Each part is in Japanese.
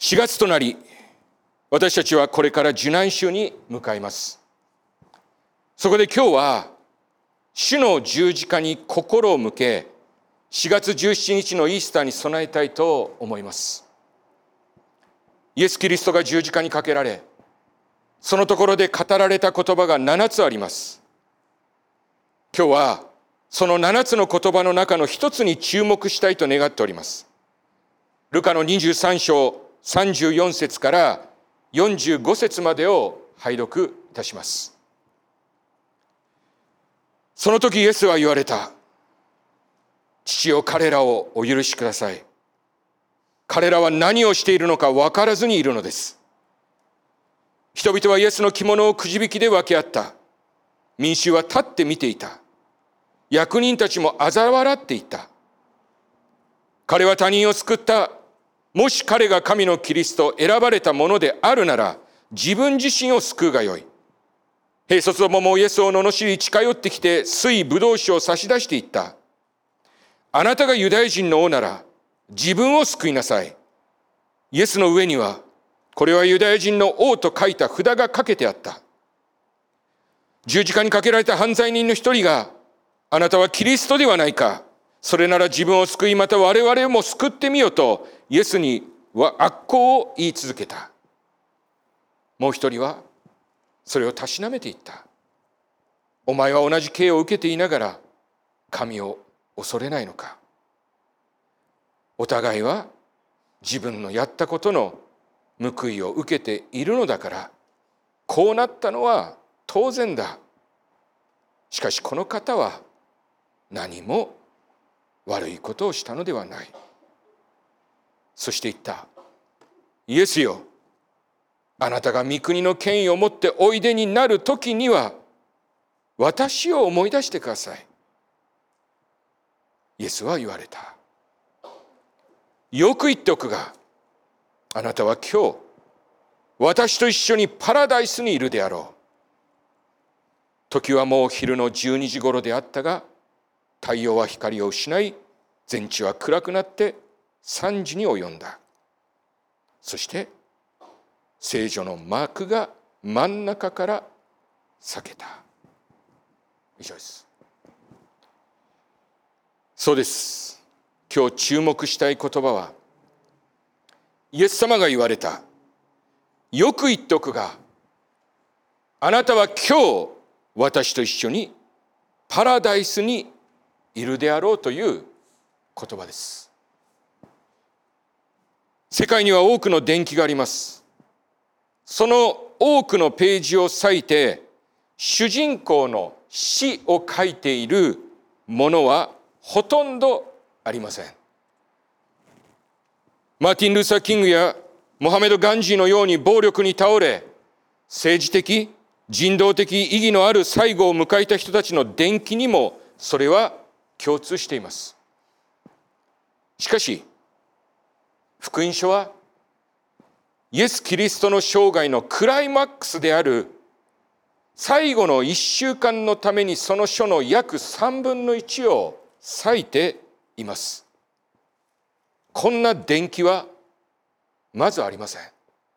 4月となり、私たちはこれから受難週に向かいます。そこで今日は、主の十字架に心を向け、4月17日のイースターに備えたいと思います。イエス・キリストが十字架にかけられ、そのところで語られた言葉が7つあります。今日はその7つの言葉の中の一つに注目したいと願っております。ルカの23章34節から45節までを拝読いたします。その時イエスは言われた。父よ、彼らをお許しください。彼らは何をしているのか分からずにいるのです。人々はイエスの着物をくじ引きで分け合った。民衆は立って見ていた。役人たちも嘲笑っていた。彼は他人を救った。もし彼が神のキリスト、選ばれたものであるなら、自分自身を救うがよい。兵卒どももイエスを罵り近寄ってきて、水ぶどう酒を差し出していった。あなたがユダヤ人の王なら、自分を救いなさい。イエスの上には、これはユダヤ人の王と書いた札がかけてあった。十字架にかけられた犯罪人の一人が、あなたはキリストではないか。それなら自分を救い、また我々も救ってみよと、イエスには悪行を言い続けた。もう一人は、それをたしなめていった。お前は同じ刑を受けていながら、神を恐れないのか。お互いは自分のやったことの報いを受けているのだから、こうなったのは当然だ。しかしこの方は何も悪いことをしたのではない。そして言った。イエスよ、あなたが御国の権威を持っておいでになるときには、私を思い出してください。イエスは言われた。よく言っておくが、あなたは今日、私と一緒にパラダイスにいるであろう。時はもう昼の12時頃であったが、太陽は光を失い、全地は暗くなって3時に及んだ。そして、聖女の幕が真ん中から裂けた。以上です。そうです。今日注目したい言葉は、イエス様が言われた。よく言っておくが、あなたは今日私と一緒にパラダイスにいるであろうという言葉です。世界には多くの伝記があります。その多くのページを割いて、主人公の死を書いているものはほとんどありません。マーティン・ルーサー・キングやモハメド・ガンジーのように暴力に倒れ、政治的、人道的意義のある最後を迎えた人たちの伝記にもそれは共通しています。しかし、福音書はイエス・キリストの生涯のクライマックスである最後の1週間のためにその書の約3分の1を割いています。こんな伝記はまずありません。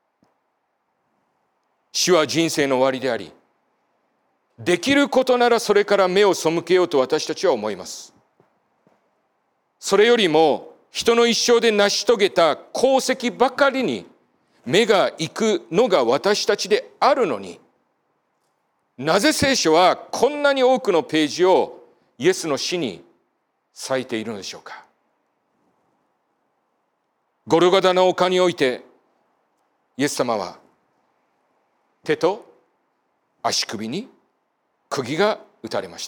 死は人生の終わりであり、できることならそれから目を背けようと私たちは思います。それよりも人の一生で成し遂げた功績ばかりに目が行くのが私たちであるのに、なぜ聖書はこんなに多くのページをイエスの死に割いているのでしょうか。ゴルゴダの丘においてイエス様は手と足首に釘が打たれました。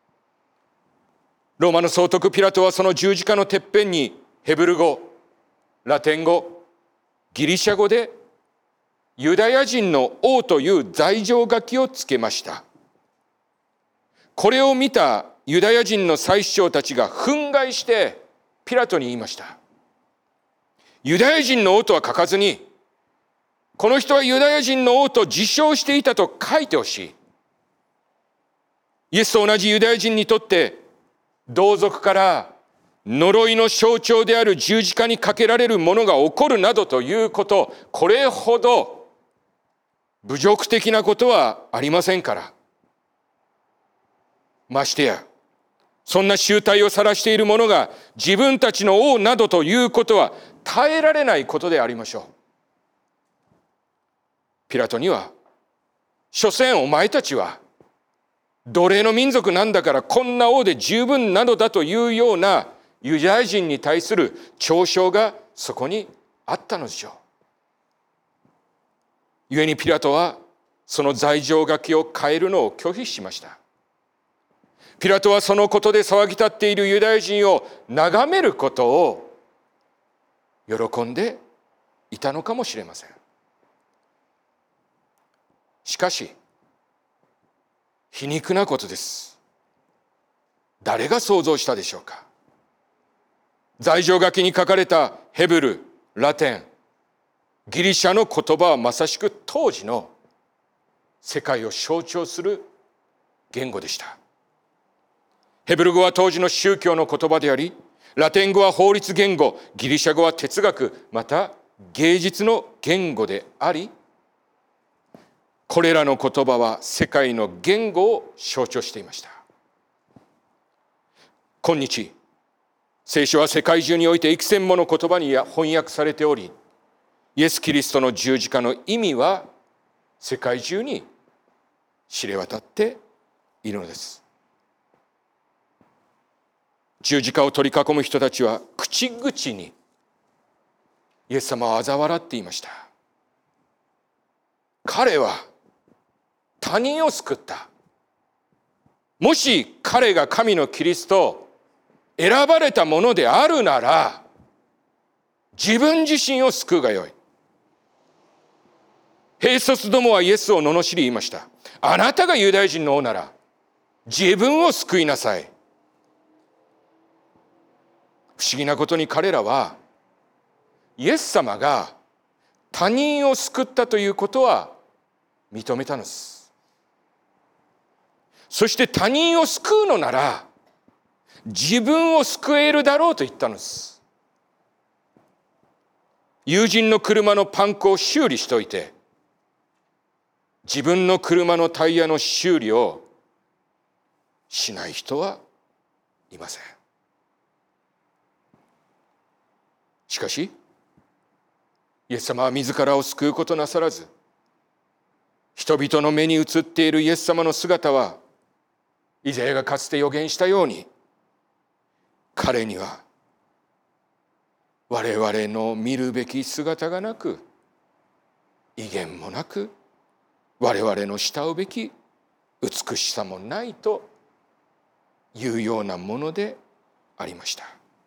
ローマの総督ピラトはその十字架のてっぺんにヘブル語、ラテン語、ギリシャ語でユダヤ人の王という罪状書きをつけました。これを見たユダヤ人の祭司長たちが憤慨してピラトに言いました。ユダヤ人の王とは書かずに、この人はユダヤ人の王と自称していたと書いてほしい。イエスと同じユダヤ人にとって、同族から呪いの象徴である十字架にかけられるものが起こるなどということ、これほど侮辱的なことはありませんから。ましてや、そんな醜態を晒している者が自分たちの王などということは耐えられないことでありましょう。ピラトには、所詮お前たちは奴隷の民族なんだからこんな王で十分なのだというようなユダヤ人に対する嘲笑がそこにあったのでしょう。故にピラトはその罪状書きを変えるのを拒否しました。ピラトはそのことで騒ぎ立っているユダヤ人を眺めることを喜んでいたのかもしれません。しかし、皮肉なことです。誰が想像したでしょうか。罪状書きに書かれたヘブル、ラテン、ギリシャの言葉はまさしく当時の世界を象徴する言語でした。ヘブル語は当時の宗教の言葉であり、ラテン語は法律言語、ギリシャ語は哲学、また芸術の言語であり、これらの言葉は世界の言語を象徴していました。今日、聖書は世界中において幾千もの言葉に翻訳されており、イエス・キリストの十字架の意味は世界中に知れ渡っているのです。十字架を取り囲む人たちは口々にイエス様を嘲笑っていました。彼は他人を救った。もし彼が神のキリスト、選ばれたものであるなら、自分自身を救うがよい。兵卒どもはイエスを罵り言いました。あなたがユダヤ人の王なら、自分を救いなさい。不思議なことに彼らは、イエス様が他人を救ったということは認めたのです。そして他人を救うのなら、自分を救えるだろうと言ったのです。友人の車のパンクを修理しといて、自分の車のタイヤの修理をしない人はいません。しかし、イエス様は自らを救うことなさらず、人々の目に映っているイエス様の姿は、イザヤがかつて予言したように、彼には我々の見るべき姿がなく、威厳もなく、我々の慕うべき美しさもないというようなものでありました。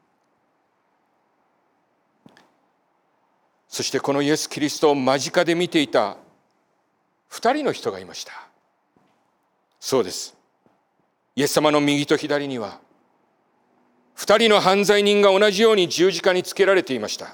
そしてこのイエス・キリストを間近で見ていた2人の人がいました。そうです。イエス様の右と左には2人の犯罪人が同じように十字架につけられていました。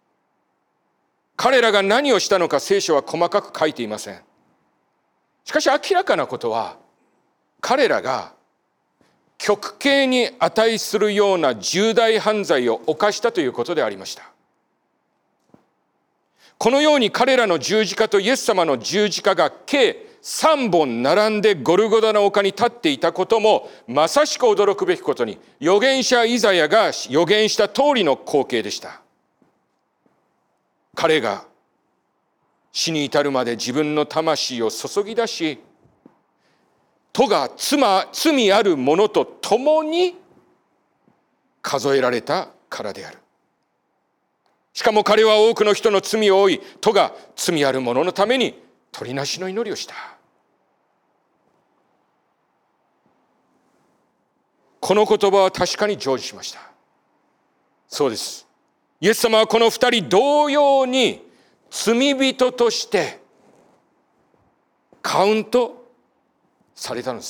彼らが何をしたのか聖書は細かく書いていません。しかし明らかなことは、彼らが極刑に値するような重大犯罪を犯したということでありました。このように彼らの十字架とイエス様の十字架が計3本並んでゴルゴダの丘に立っていたこともまさしく驚くべきことに、預言者イザヤが預言した通りの光景でした。彼が死に至るまで自分の魂を注ぎ出し、都が罪ある者と共に数えられたからである。しかも彼は多くの人の罪を負い、都が罪ある者のために取りなしの祈りをした。この言葉は確かに成就しました。そうです。イエス様はこの二人同様に罪人としてカウントされたのです。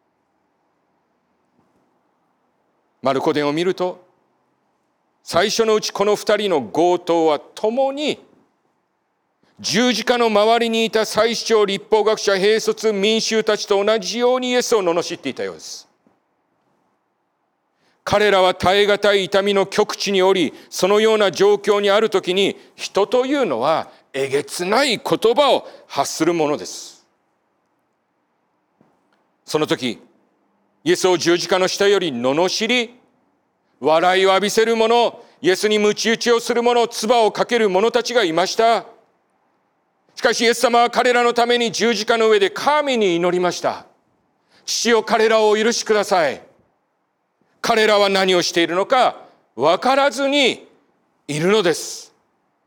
マルコ伝を見ると、最初のうちこの二人の強盗は共に十字架の周りにいた祭司長、律法学者、兵卒、民衆たちと同じようにイエスを罵っていたようです。 彼らは耐え難い痛みの極地におり、そのような状況にあるときに、人というのはえげつない言葉を発するものです。その時、イエスを十字架の下より罵り、笑いを浴びせる者、イエスに鞭打ちをする者、唾をかける者たちがいました。しかしイエス様は彼らのために十字架の上で神に祈りました。父よ、彼らをお許しください。彼らは何をしているのか分からずにいるのです。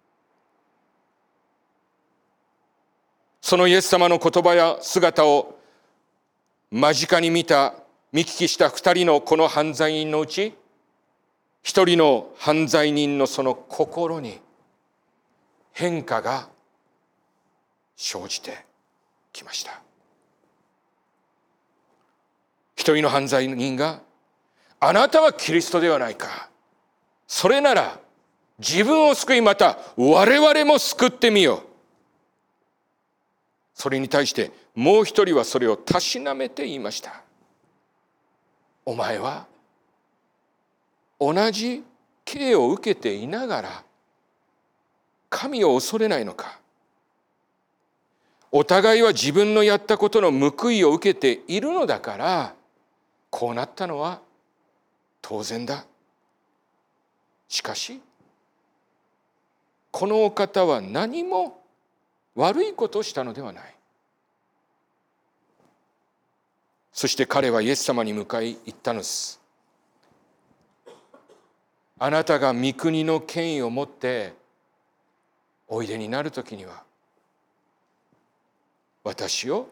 そのイエス様の言葉や姿を間近に見聞きした二人のこの犯罪人のうち、一人の犯罪人のその心に変化が生じてきました。一人の犯罪人が、あなたはキリストではないか。それなら自分を救い、また我々も救ってみよう。それに対してもう一人はそれをたしなめて言いました。お前は同じ刑を受けていながら神を恐れないのか。お互いは自分のやったことの報いを受けているのだから、こうなったのは当然だ。しかしこのお方は何も悪いことをしたのではない。そして彼はイエス様に向かい言ったのです。あなたが御国の権威を持っておいでになるときには、私を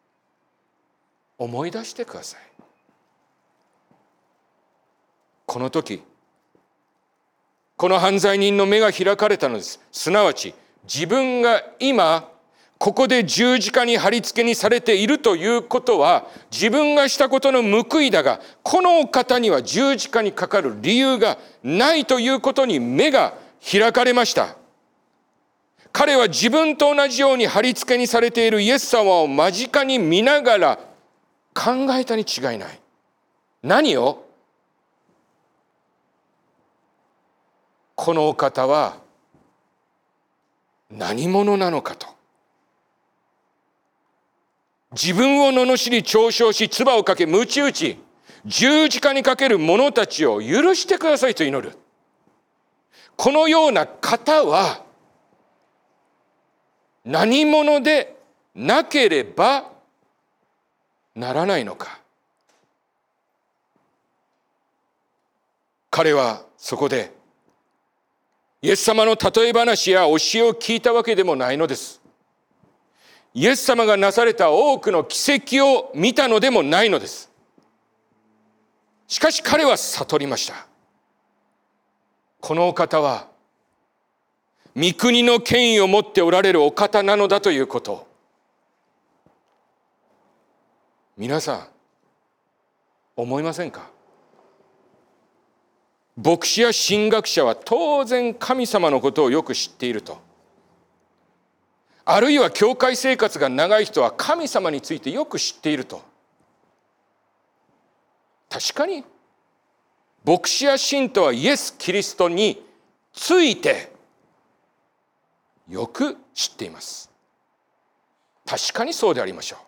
思い出してください。この時、この犯罪人の目が開かれたのです。すなわち、自分が今ここで十字架に貼り付けにされているということは、自分がしたことの報いだが、このお方には十字架にかかる理由がないということに目が開かれました。彼は自分と同じように貼り付けにされているイエス様を間近に見ながら考えたに違いない。何を？このお方は何者なのかと。自分を罵り嘲笑し、唾をかけ鞭打ち、十字架にかける者たちを許してくださいと祈る。このような方は何者でなければならないのか。彼はそこでイエス様の例え話や教えを聞いたわけでもないのです。イエス様がなされた多くの奇跡を見たのでもないのです。しかし彼は悟りました。このお方は御国の権威を持っておられるお方なのだということを。皆さん思いませんか？牧師や神学者は当然神様のことをよく知っていると。あるいは教会生活が長い人は神様についてよく知っていると。確かに牧師や信徒はイエス・キリストについてよく知っています。確かにそうでありましょう。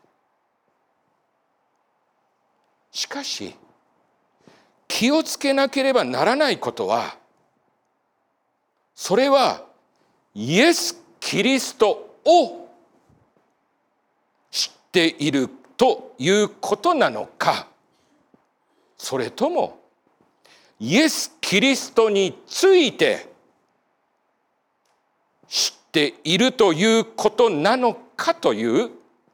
しかし気をつけなければならないことは、それはイエス・キリストを知っているということなのか、それともイエス・キリストについて知っているということなのかという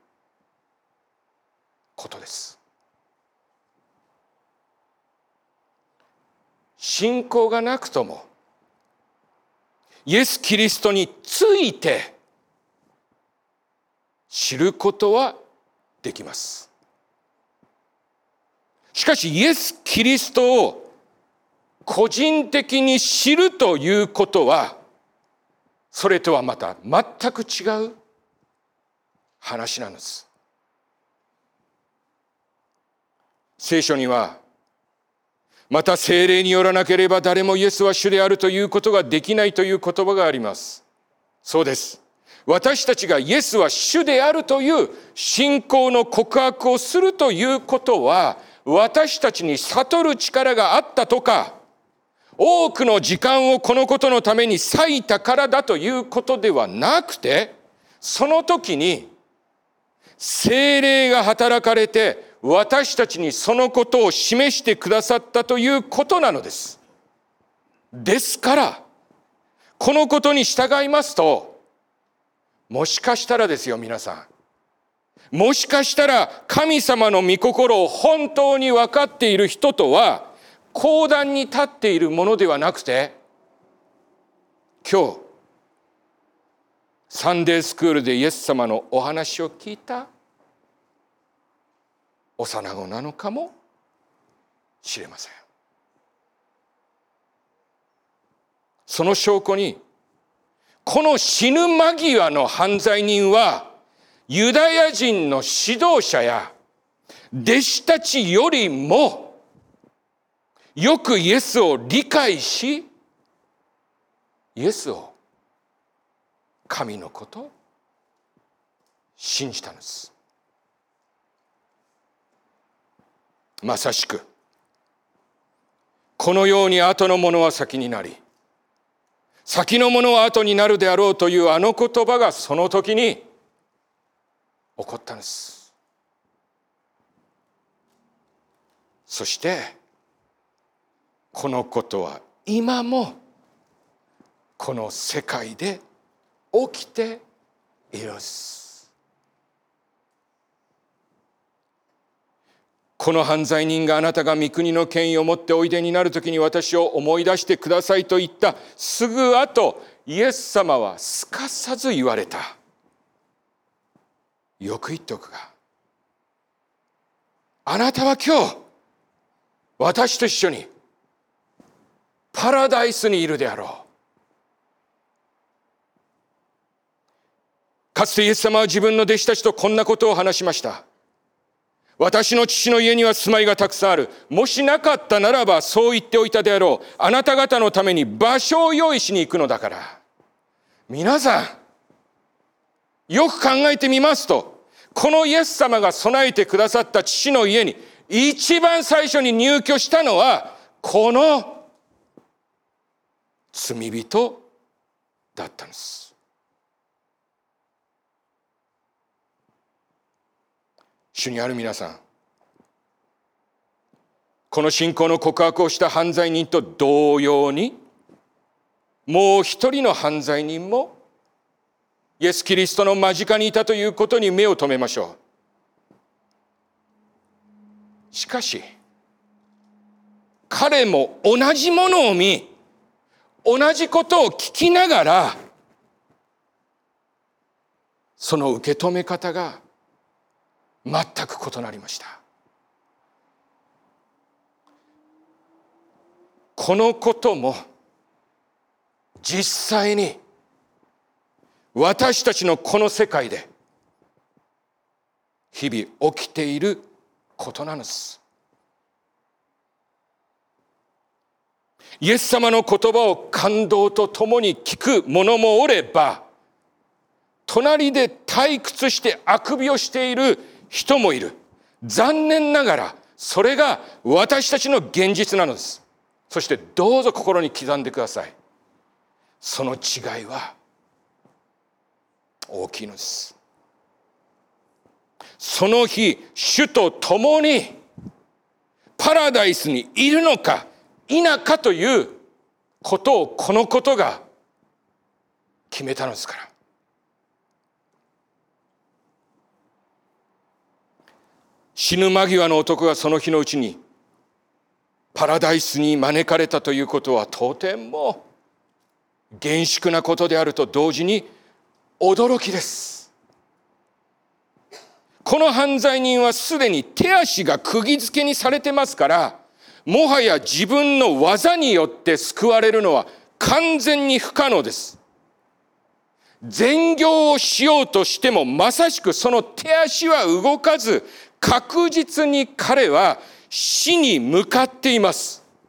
ことです。信仰がなくともイエス・キリストについて知ることはできます。しかしイエス・キリストを個人的に知るということは、それとはまた全く違う話なんです。聖書にはまた聖霊によらなければ誰もイエスは主であるということができないという言葉があります。そうです。私たちがイエスは主であるという信仰の告白をするということは、私たちに悟る力があったとか、多くの時間をこのことのために割いたからだということではなくて、その時に聖霊が働かれて私たちにそのことを示してくださったということなのです。ですから、このことに従いますと、もしかしたらですよ、皆さん。もしかしたら神様の御心を本当に分かっている人とは、講談に立っているものではなくて、今日、サンデースクールでイエス様のお話を聞いた幼子なのかもしれません。その証拠に、この死ぬ間際の犯罪人は、ユダヤ人の指導者や弟子たちよりもよくイエスを理解し、イエスを神のことを信じたのです。まさしく、このように後のものは先になり、先のものは後になるであろうというあの言葉がその時に起こったのです。そしてこのことは今もこの世界で起きているのです。この犯罪人があなたが御国の権威を持っておいでになるときに私を思い出してくださいと言ったすぐ後、イエス様はすかさず言われた。よく言っておくが、あなたは今日私と一緒にパラダイスにいるであろう。かつてイエス様は自分の弟子たちとこんなことを話しました。私の父の家には住まいがたくさんある。もしなかったならばそう言っておいたであろう。あなた方のために場所を用意しに行くのだから。皆さん、よく考えてみますと、このイエス様が備えてくださった父の家に一番最初に入居したのはこの罪人だったんです。主にある皆さん、この信仰の告白をした犯罪人と同様に、もう一人の犯罪人もイエス・キリストの間近にいたということに目を留めましょう。しかし彼も同じものを見、同じことを聞きながら、その受け止め方が全く異なりました。このことも実際に私たちのこの世界で日々起きていることなのです。イエス様の言葉を感動とともに聞く者もおれば、隣で退屈してあくびをしている人もいる。残念ながらそれが私たちの現実なのです。そしてどうぞ心に刻んでください。その違いは大きいのです。その日、主と共にパラダイスにいるのか否かということをこのことが決めたのですから。死ぬ間際の男がその日のうちにパラダイスに招かれたということはとても厳粛なことであると同時に驚きです。この犯罪人はすでに手足が釘付けにされてますから、もはや自分の技によって救われるのは完全に不可能です。善行をしようとしてもまさしくその手足は動かず、確実に彼は死に向かっています。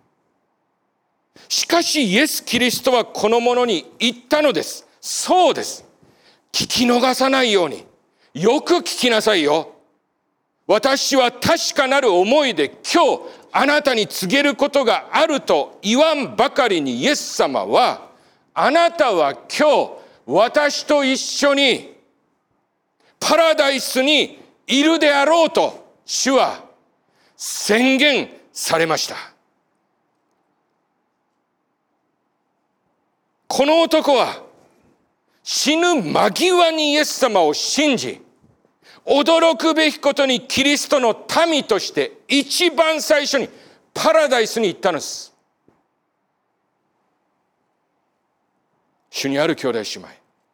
しかしイエス・キリストはこの者に言ったのです。そうです。聞き逃さないように。よく聞きなさいよ。私は確かなる思いで今日あなたに告げることがあると言わんばかりに、イエス様は、あなたは今日私と一緒にパラダイスにいるであろうと主は宣言されました。この男は死ぬ間際にイエス様を信じ、驚くべきことにキリストの民として一番最初にパラダイスに行ったのです。主にある兄弟姉妹、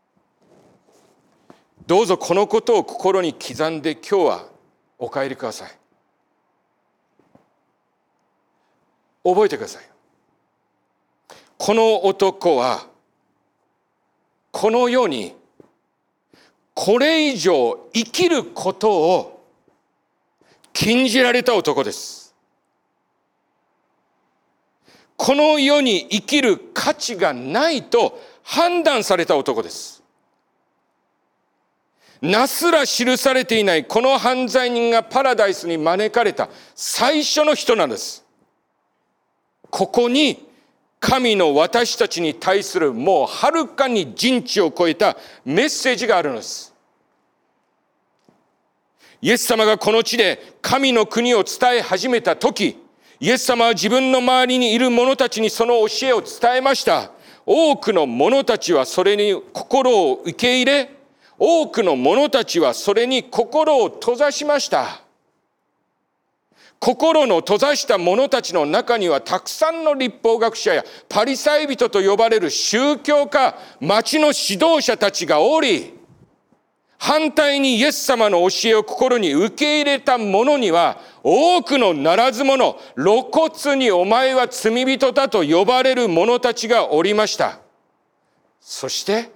どうぞこのことを心に刻んで今日はお帰りください。覚えてください。この男はこの世にこれ以上生きることを禁じられた男です。この世に生きる価値がないと判断された男です。なすら記されていないこの犯罪人がパラダイスに招かれた最初の人なんです。ここに神の私たちに対するもうはるかに人知を超えたメッセージがあるのです。イエス様がこの地で神の国を伝え始めた時、イエス様は自分の周りにいる者たちにその教えを伝えました。多くの者たちはそれに心を受け入れ、多くの者たちはそれに心を閉ざしました。心の閉ざした者たちの中にはたくさんの律法学者やパリサイ人と呼ばれる宗教家、町の指導者たちがおり、反対にイエス様の教えを心に受け入れた者には多くのならず者、露骨にお前は罪人だと呼ばれる者たちがおりました。そして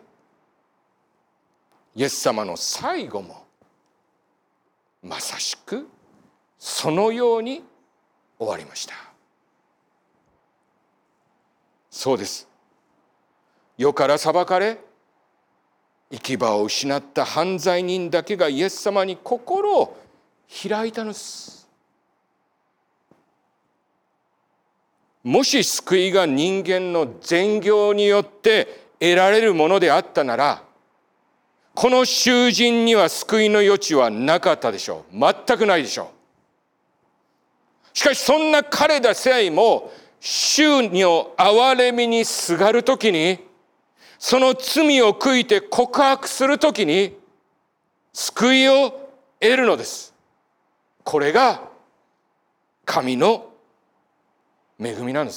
イエス様の最後もまさしくそのように終わりました。そうです。世から裁かれ行き場を失った犯罪人だけがイエス様に心を開いたのです。もし救いが人間の善行によって得られるものであったなら、この囚人には救いの余地はなかったでしょう。全くないでしょう。しかしそんな彼でさえも主の憐れみにすがるときに、その罪を悔いて告白するときに救いを得るのです。これが神の恵みなんです。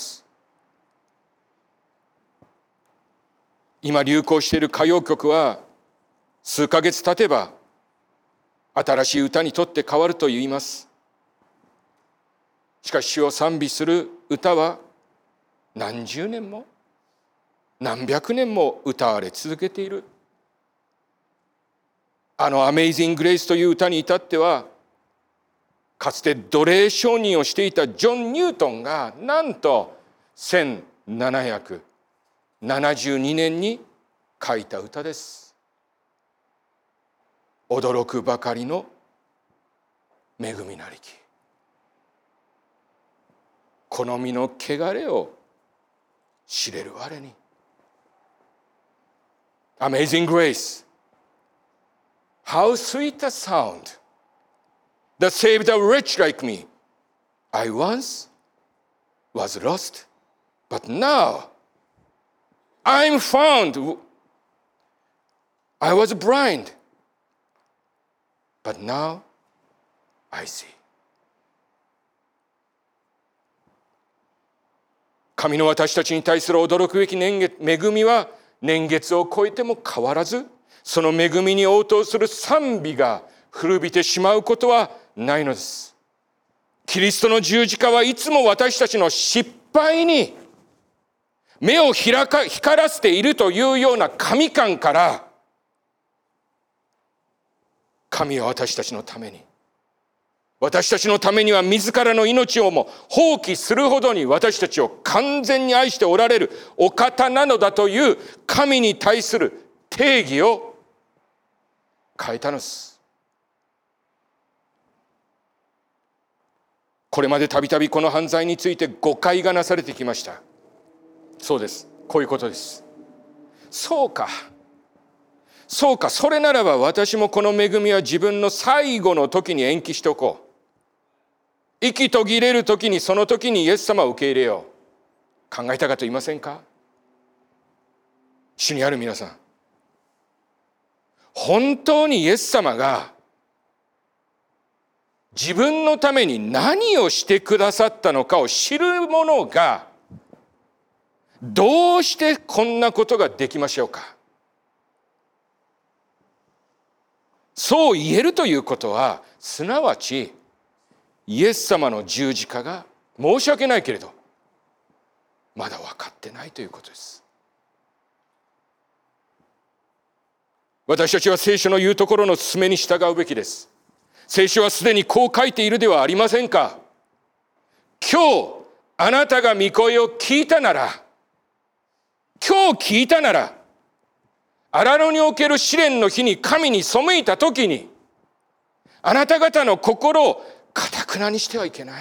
今流行している歌謡曲は数ヶ月経てば新しい歌にとって変わると言います。しかし主を賛美する歌は何十年も何百年も歌われ続けている。アメイジング・グレイスという歌に至っては、かつて奴隷商人をしていたジョン・ニュートンがなんと1772年に書いた歌です。驚くばかりの恵みなりき、好みの汚れを知れる我に。Amazing grace, how sweet a sound that saved a wretch like me. I once was lost, but now I'm found. I was blind, but now I see. 神の私たちに対する驚くべき恵みは年月を超えても変わらず、その恵みに応答する賛美が古びてしまうことはないのです。キリストの十字架はいつも私たちの失敗に目を光らせているというような神観から、神は私たちのために私たちのためには自らの命をも放棄するほどに私たちを完全に愛しておられるお方なのだという神に対する定義を変えたのです。これまでたびたびこの犯罪について誤解がなされてきました。そうです。こういうことです。そうか、それならば私もこの恵みは自分の最後の時に延期しておこう。息途切れる時にその時にイエス様を受け入れよう。考えたかと言いませんか？主にある皆さん、本当にイエス様が自分のために何をしてくださったのかを知る者がどうしてこんなことができましょうか？そう言えるということは、すなわちイエス様の十字架が申し訳ないけれどまだ分かってないということです。私たちは聖書の言うところの勧めに従うべきです。聖書はすでにこう書いているではありませんか。今日あなたが御声を聞いたなら、荒野における試練の日に神に背いた時に、あなた方の心を堅くなにしてはいけない。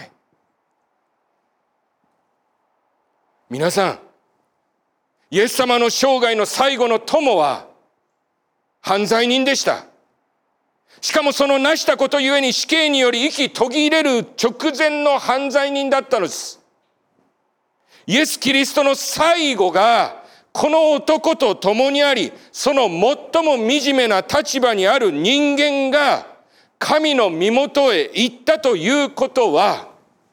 皆さん、イエス様の生涯の最後の友は犯罪人でした。しかもそのなしたことゆえに死刑により息途切れる直前の犯罪人だったのです。イエス・キリストの最後がこの男と共にあり、その最も惨めな立場にある人間が神の身元へ行ったということは、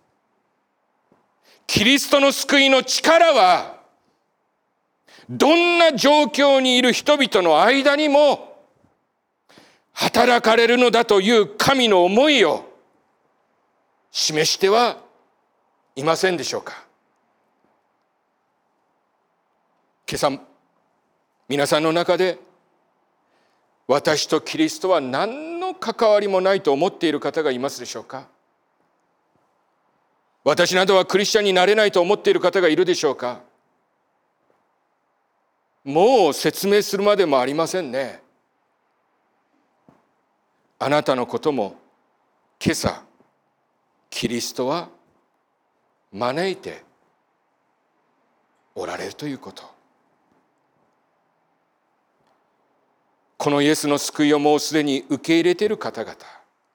キリストの救いの力はどんな状況にいる人々の間にも働かれるのだという神の思いを示してはいませんでしょうか。今朝皆さんの中で私とキリストは何の関わりもないと思っている方がいますでしょうか。私などはクリスチャンになれないと思っている方がいるでしょうか。もう説明するまでもありませんね。あなたのことも今朝キリストは招いておられるということ。このイエスの救いをもうすでに受け入れている方々、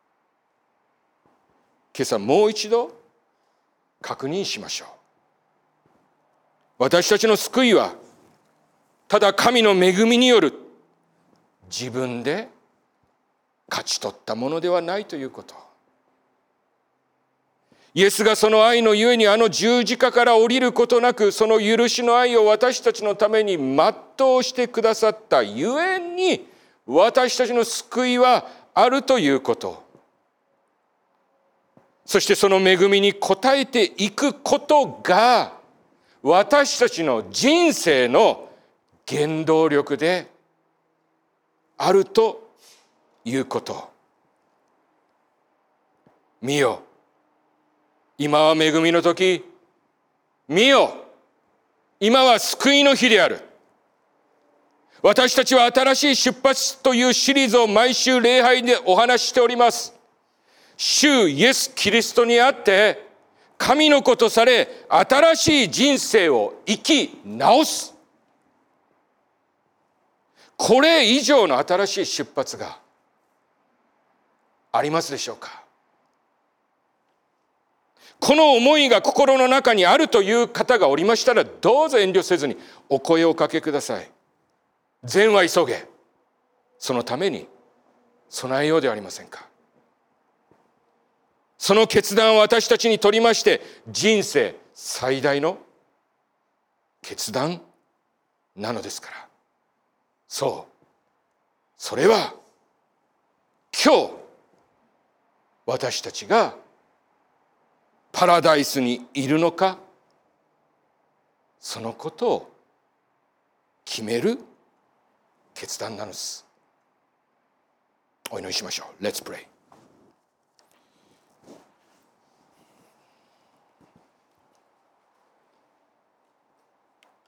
今朝もう一度確認しましょう。私たちの救いはただ神の恵みによる自分で勝ち取ったものではないということ。イエスがその愛のゆえにあの十字架から降りることなく、その許しの愛を私たちのために全うしてくださったゆえに、私たちの救いはあるということ。そしてその恵みに応えていくことが私たちの人生の原動力であるということ。見よ、今は恵みの時。見よ、今は救いの日である。私たちは新しい出発というシリーズを毎週礼拝でお話ししております。主イエス・キリストにあって神の子とされ、新しい人生を生き直す。これ以上の新しい出発がありますでしょうか。この思いが心の中にあるという方がおりましたら、どうぞ遠慮せずにお声をおかけください。善は急げ、そのために備えようではありませんか。その決断を私たちにとりまして、人生最大の決断なのですから。そう、それは今日私たちがパラダイスにいるのか、そのことを決める決断なのです。お祈りしましょう。Let's pray。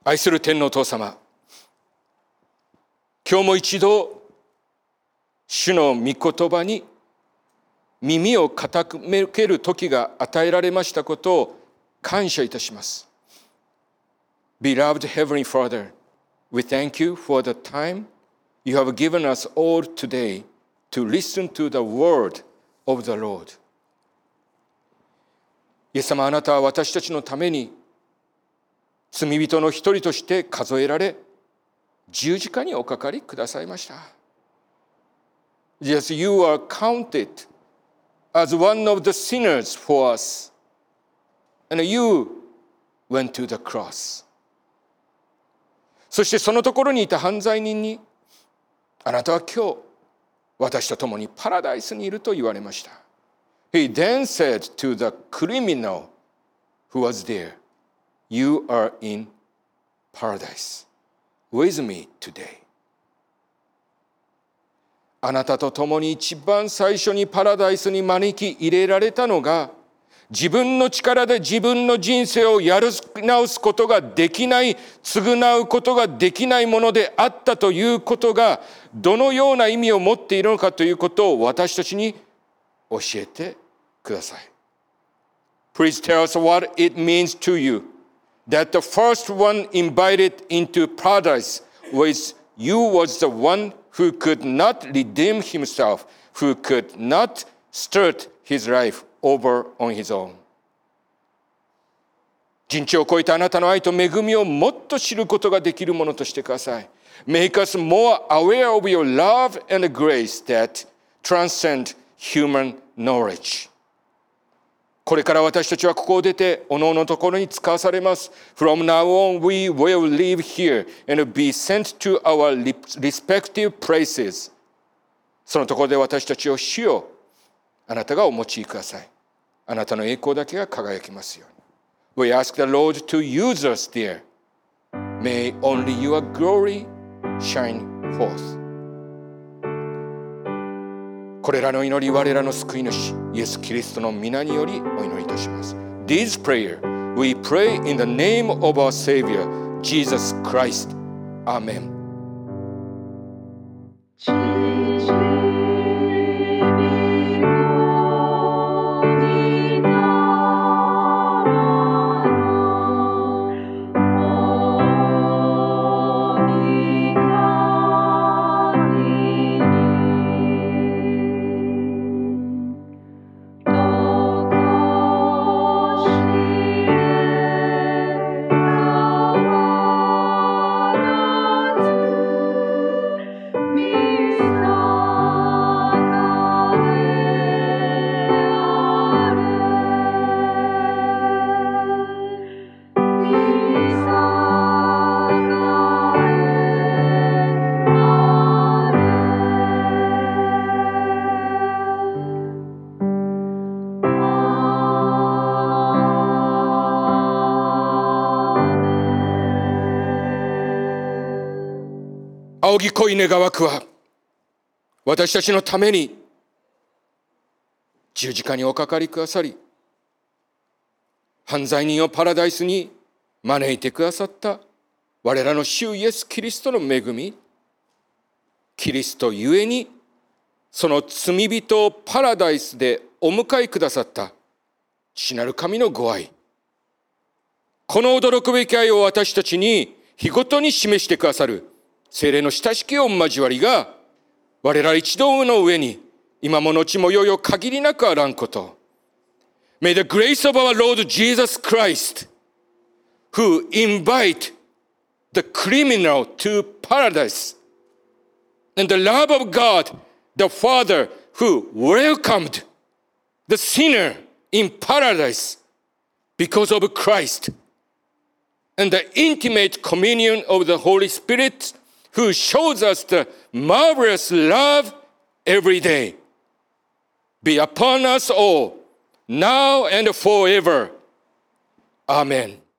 愛する天のお父様、今日も一度主の御言葉に耳を傾ける時が与えられましたことを感謝いたします。 Beloved Heavenly Father, we thank you for the time you have given us all today to listen to the word of the Lord. イエス様、あなたは私たちのために罪人の一人として数えられ、十字架におかかりくださいました。 Yes, you are counted as one of the sinners for us, and you went to the cross. そしてそのところにいた犯罪人に、あなたは今日私と共にパラダイスにいると言われました。 He then said to the criminal who was there, You are in paradise with me today. あなたと共に一番最初にパラダイスに招き入れられたのが、自分の力で自分の人生をやり直すことができない、償うことができないものであったということが、どのような意味を持っているのかということを私たちに教えてください。 Please tell us what it means to you that the first one invited into paradise with you was the one who could not redeem himself, who could not start his life over on his own. 人知を超えたあなたの愛と恵みをもっと知ることができるものとしてください。 Make us more aware of your love and grace that transcend human knowledge. これから私たちはここを出て、おのおのところに使わされます。From now on, we will live here and be sent to our respective places. そのところで私たちを主よ、あなたがお持ちください。あなたの栄光だけが輝きますように。We ask the Lord to use us there. May only your glory shine forth. これらの祈り、我らの救い主イエス・キリストの皆によりお祈りいたします。 This prayer we pray in the name of our Savior Jesus Christ. Amen.仰ぎ恋願わくは、私たちのために十字架におかかりくださり、犯罪人をパラダイスに招いてくださった我らの主イエス・キリストの恵み、キリストゆえにその罪人をパラダイスでお迎えくださった父なる神のご愛、この驚くべき愛を私たちに日ごとに示してくださる聖霊の親しき御交わりが我ら一同の上に今も後もよよ限りなくあらんこと。 May the grace of our Lord Jesus Christ, who invite the criminal to paradise, and the love of God the Father who welcomed the sinner in paradise because of Christ, and the intimate communion of the Holy Spirit who shows us the marvelous love every day, be upon us all, now and forever. Amen.